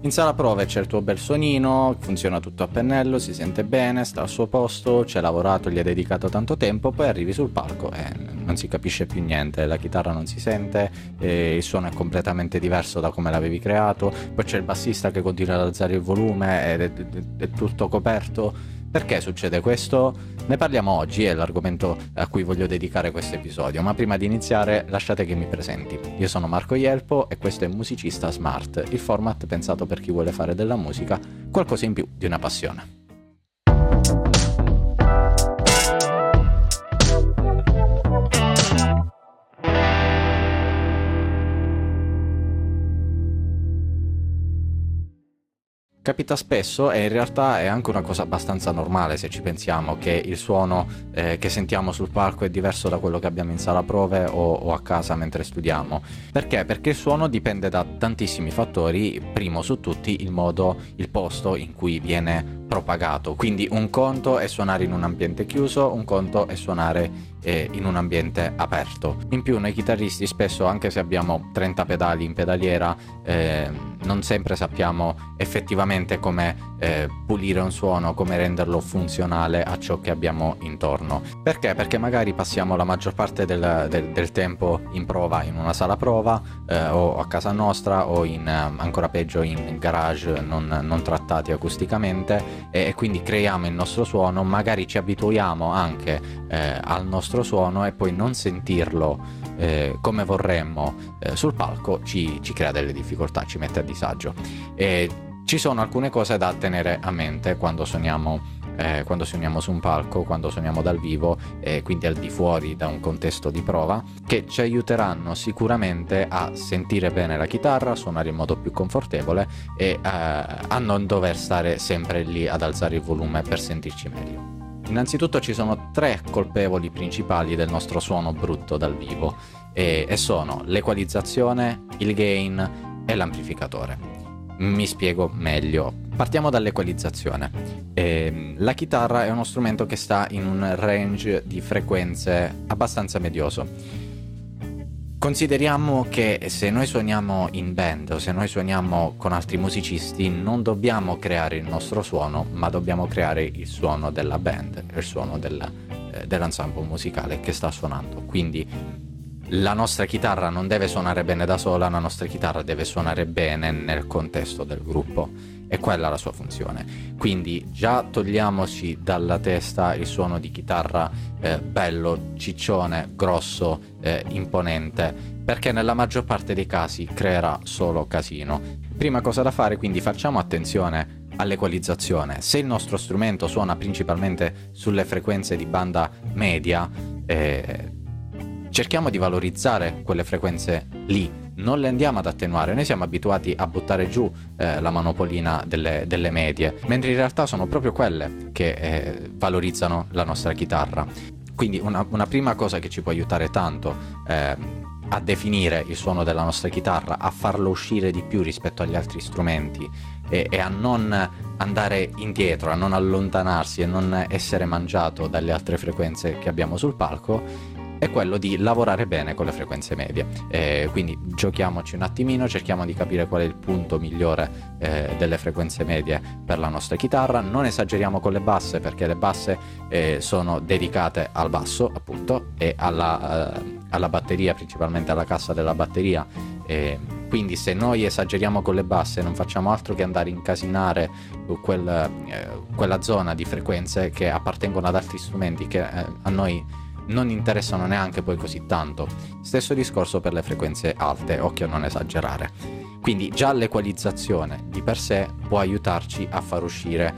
In sala prove c'è il tuo bel suonino, funziona tutto a pennello, si sente bene, sta al suo posto, ci hai lavorato, gli hai dedicato tanto tempo, poi arrivi sul palco e non si capisce più niente, la chitarra non si sente, il suono è completamente diverso da come l'avevi creato, poi c'è il bassista che continua ad alzare il volume ed è tutto coperto. Perché succede questo? Ne parliamo oggi, è l'argomento a cui voglio dedicare questo episodio, ma prima di iniziare lasciate che mi presenti. Io sono Marco Ielpo e questo è Musicista Smart, il format pensato per chi vuole fare della musica qualcosa in più di una passione. Capita spesso e in realtà è anche una cosa abbastanza normale se ci pensiamo, che il suono che sentiamo sul palco è diverso da quello che abbiamo in sala prove o a casa mentre studiamo. Perché? Perché il suono dipende da tantissimi fattori, primo su tutti il posto in cui viene propagato. Quindi un conto è suonare in un ambiente chiuso, un conto è suonare in un ambiente aperto. In più noi chitarristi spesso, anche se abbiamo 30 pedali in pedaliera, non sempre sappiamo effettivamente come pulire un suono, come renderlo funzionale a ciò che abbiamo intorno. Perché? Perché magari passiamo la maggior parte del tempo in prova in una sala prova o a casa nostra o ancora peggio in garage non trattati acusticamente, e quindi creiamo il nostro suono, magari ci abituiamo anche al nostro suono e poi non sentirlo come vorremmo sul palco ci crea delle difficoltà, ci mette a disagio. E ci sono alcune cose da tenere a mente quando suoniamo su un palco, quando suoniamo dal vivo, quindi al di fuori da un contesto di prova, che ci aiuteranno sicuramente a sentire bene la chitarra, a suonare in modo più confortevole e a non dover stare sempre lì ad alzare il volume per sentirci meglio. Innanzitutto ci sono 3 colpevoli principali del nostro suono brutto dal vivo e sono l'equalizzazione, il gain e l'amplificatore. Mi spiego meglio. Partiamo dall'equalizzazione. La chitarra è uno strumento che sta in un range di frequenze abbastanza medioso. Consideriamo che se noi suoniamo in band o se noi suoniamo con altri musicisti non dobbiamo creare il nostro suono, ma dobbiamo creare il suono della band, il suono dell'ensemble musicale che sta suonando. Quindi la nostra chitarra non deve suonare bene da sola, la nostra chitarra deve suonare bene nel contesto del gruppo, e quella è la sua funzione. Quindi già togliamoci dalla testa il suono di chitarra bello, ciccione, grosso, imponente, perché nella maggior parte dei casi creerà solo casino. Prima cosa da fare, quindi, facciamo attenzione all'equalizzazione. Se il nostro strumento suona principalmente sulle frequenze di banda media, cerchiamo di valorizzare quelle frequenze lì, non le andiamo ad attenuare. Noi siamo abituati a buttare giù la manopolina delle medie, mentre in realtà sono proprio quelle che valorizzano la nostra chitarra. Quindi una prima cosa che ci può aiutare tanto a definire il suono della nostra chitarra, a farlo uscire di più rispetto agli altri strumenti e a non andare indietro, a non allontanarsi e non essere mangiato dalle altre frequenze che abbiamo sul palco, è quello di lavorare bene con le frequenze medie. Quindi giochiamoci un attimino, cerchiamo di capire qual è il punto migliore delle frequenze medie per la nostra chitarra. Non esageriamo con le basse, perché le basse sono dedicate al basso, appunto, e alla batteria, principalmente alla cassa della batteria. Quindi se noi esageriamo con le basse non facciamo altro che andare a incasinare quella zona di frequenze che appartengono ad altri strumenti che a noi non interessano neanche poi così tanto. Stesso discorso per le frequenze alte, occhio a non esagerare. Quindi già l'equalizzazione di per sé può aiutarci a far uscire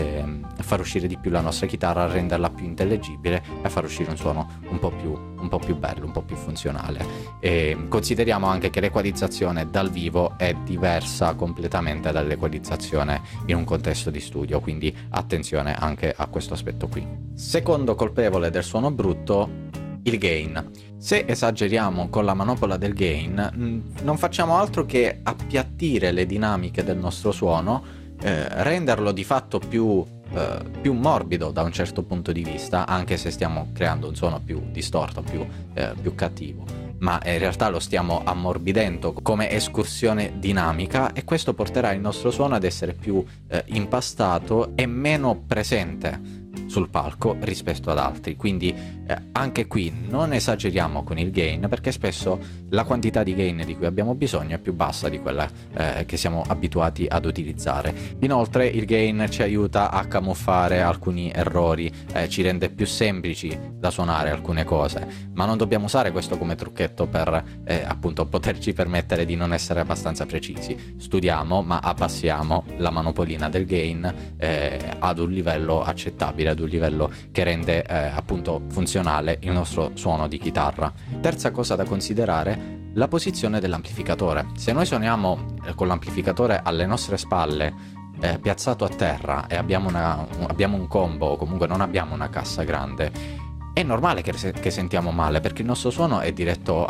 di più la nostra chitarra, a renderla più intellegibile e a far uscire un suono un po' più bello, un po' più funzionale. E consideriamo anche che l'equalizzazione dal vivo è diversa completamente dall'equalizzazione in un contesto di studio, quindi attenzione anche a questo aspetto qui. Secondo colpevole del suono brutto, il gain. Se esageriamo con la manopola del gain, non facciamo altro che appiattire le dinamiche del nostro suono, renderlo di fatto più morbido da un certo punto di vista, anche se stiamo creando un suono più distorto, più cattivo. ma in realtà lo stiamo ammorbidendo come escursione dinamica, e questo porterà il nostro suono ad essere più impastato e meno presente sul palco rispetto ad altri. Quindi anche qui non esageriamo con il gain, perché spesso la quantità di gain di cui abbiamo bisogno è più bassa di quella che siamo abituati ad utilizzare. Inoltre il gain ci aiuta a camuffare alcuni errori, ci rende più semplici da suonare alcune cose, ma non dobbiamo usare questo come trucchetto per appunto poterci permettere di non essere abbastanza precisi. Studiamo, ma abbassiamo la manopolina del gain ad un livello accettabile, ad un livello che rende appunto funzionale il nostro suono di chitarra. Terza cosa da considerare: la posizione dell'amplificatore. Se noi suoniamo con l'amplificatore alle nostre spalle, piazzato a terra, e abbiamo un combo, o comunque non abbiamo una cassa grande, è normale che sentiamo male, perché il nostro suono è diretto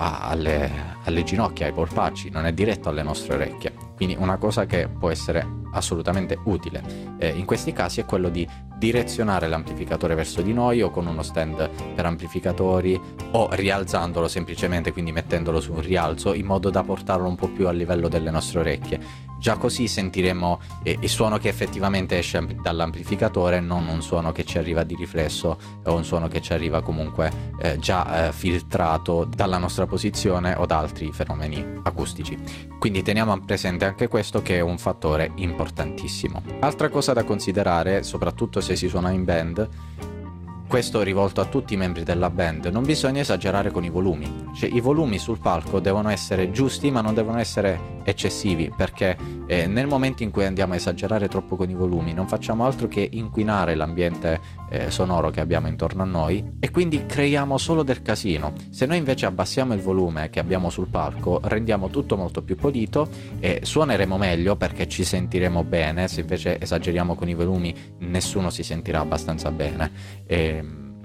alle ginocchia, ai polpacci, non è diretto alle nostre orecchie. Quindi una cosa che può essere assolutamente utile in questi casi è quello di direzionare l'amplificatore verso di noi, o con uno stand per amplificatori, o rialzandolo semplicemente, quindi mettendolo su un rialzo, in modo da portarlo un po' più a livello delle nostre orecchie. Già così sentiremo il suono che effettivamente esce dall'amplificatore, non un suono che ci arriva di riflesso, o un suono che ci arriva comunque già filtrato dalla nostra posizione o da altri fenomeni acustici. Quindi teniamo presente anche questo, che è un fattore importantissimo. Altra cosa da considerare, soprattutto se si suona in band, questo rivolto a tutti i membri della band: non bisogna esagerare con i volumi. Cioè, i volumi sul palco devono essere giusti, ma non devono essere eccessivi, perché nel momento in cui andiamo a esagerare troppo con i volumi non facciamo altro che inquinare l'ambiente sonoro che abbiamo intorno a noi, e quindi creiamo solo del casino. Se noi invece abbassiamo il volume che abbiamo sul palco, rendiamo tutto molto più pulito e suoneremo meglio, perché ci sentiremo bene. Se invece esageriamo con i volumi, nessuno si sentirà abbastanza bene.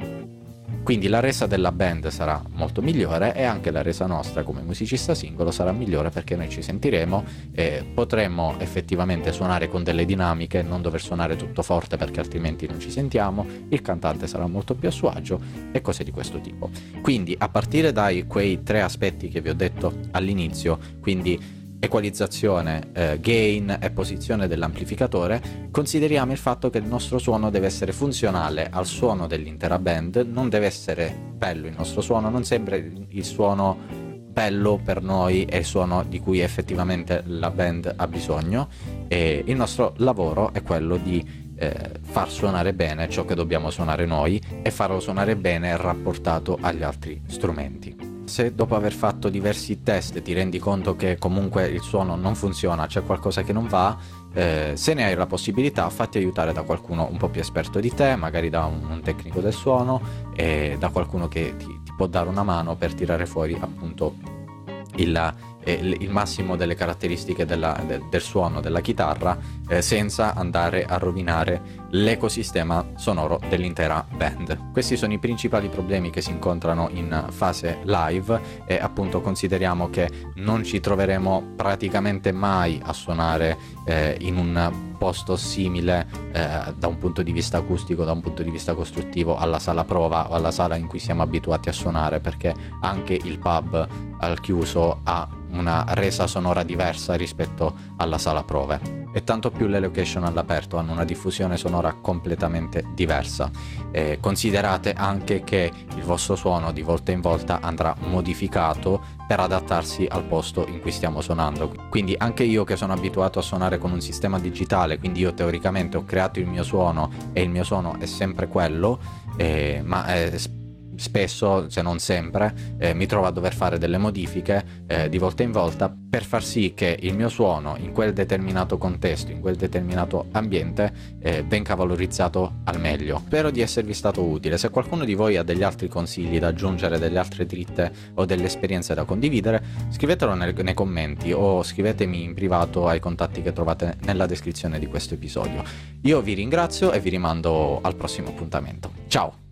Quindi la resa della band sarà molto migliore, e anche la resa nostra come musicista singolo sarà migliore, perché noi ci sentiremo e potremo effettivamente suonare con delle dinamiche, non dover suonare tutto forte perché altrimenti non ci sentiamo, il cantante sarà molto più a suo agio e cose di questo tipo. Quindi a partire dai quei 3 aspetti che vi ho detto all'inizio, quindi equalizzazione, gain e posizione dell'amplificatore, consideriamo il fatto che il nostro suono deve essere funzionale al suono dell'intera band. Non deve essere bello il nostro suono, non sempre il suono bello per noi è il suono di cui effettivamente la band ha bisogno, e il nostro lavoro è quello di far suonare bene ciò che dobbiamo suonare noi, e farlo suonare bene rapportato agli altri strumenti. Se dopo aver fatto diversi test ti rendi conto che comunque il suono non funziona, c'è qualcosa che non va, se ne hai la possibilità, fatti aiutare da qualcuno un po' più esperto di te, magari da un tecnico del suono, e da qualcuno che ti può dare una mano per tirare fuori appunto il massimo delle caratteristiche del suono della chitarra, senza andare a rovinare l'ecosistema sonoro dell'intera band. Questi sono i principali problemi che si incontrano in fase live, e appunto consideriamo che non ci troveremo praticamente mai a suonare in un posto simile da un punto di vista acustico, da un punto di vista costruttivo, alla sala prova o alla sala in cui siamo abituati a suonare, perché anche il pub al chiuso ha una resa sonora diversa rispetto alla sala prove, e tanto più le location all'aperto hanno una diffusione sonora completamente diversa. Considerate anche che il vostro suono di volta in volta andrà modificato per adattarsi al posto in cui stiamo suonando. Quindi anche io, che sono abituato a suonare con un sistema digitale, quindi io teoricamente ho creato il mio suono e il mio suono è sempre quello, ma spesso, se non sempre, mi trovo a dover fare delle modifiche di volta in volta per far sì che il mio suono in quel determinato contesto, in quel determinato ambiente, venga valorizzato al meglio. Spero di esservi stato utile. Se qualcuno di voi ha degli altri consigli da aggiungere, delle altre dritte o delle esperienze da condividere, scrivetelo nei commenti, o scrivetemi in privato ai contatti che trovate nella descrizione di questo episodio. Io vi ringrazio e vi rimando al prossimo appuntamento. Ciao!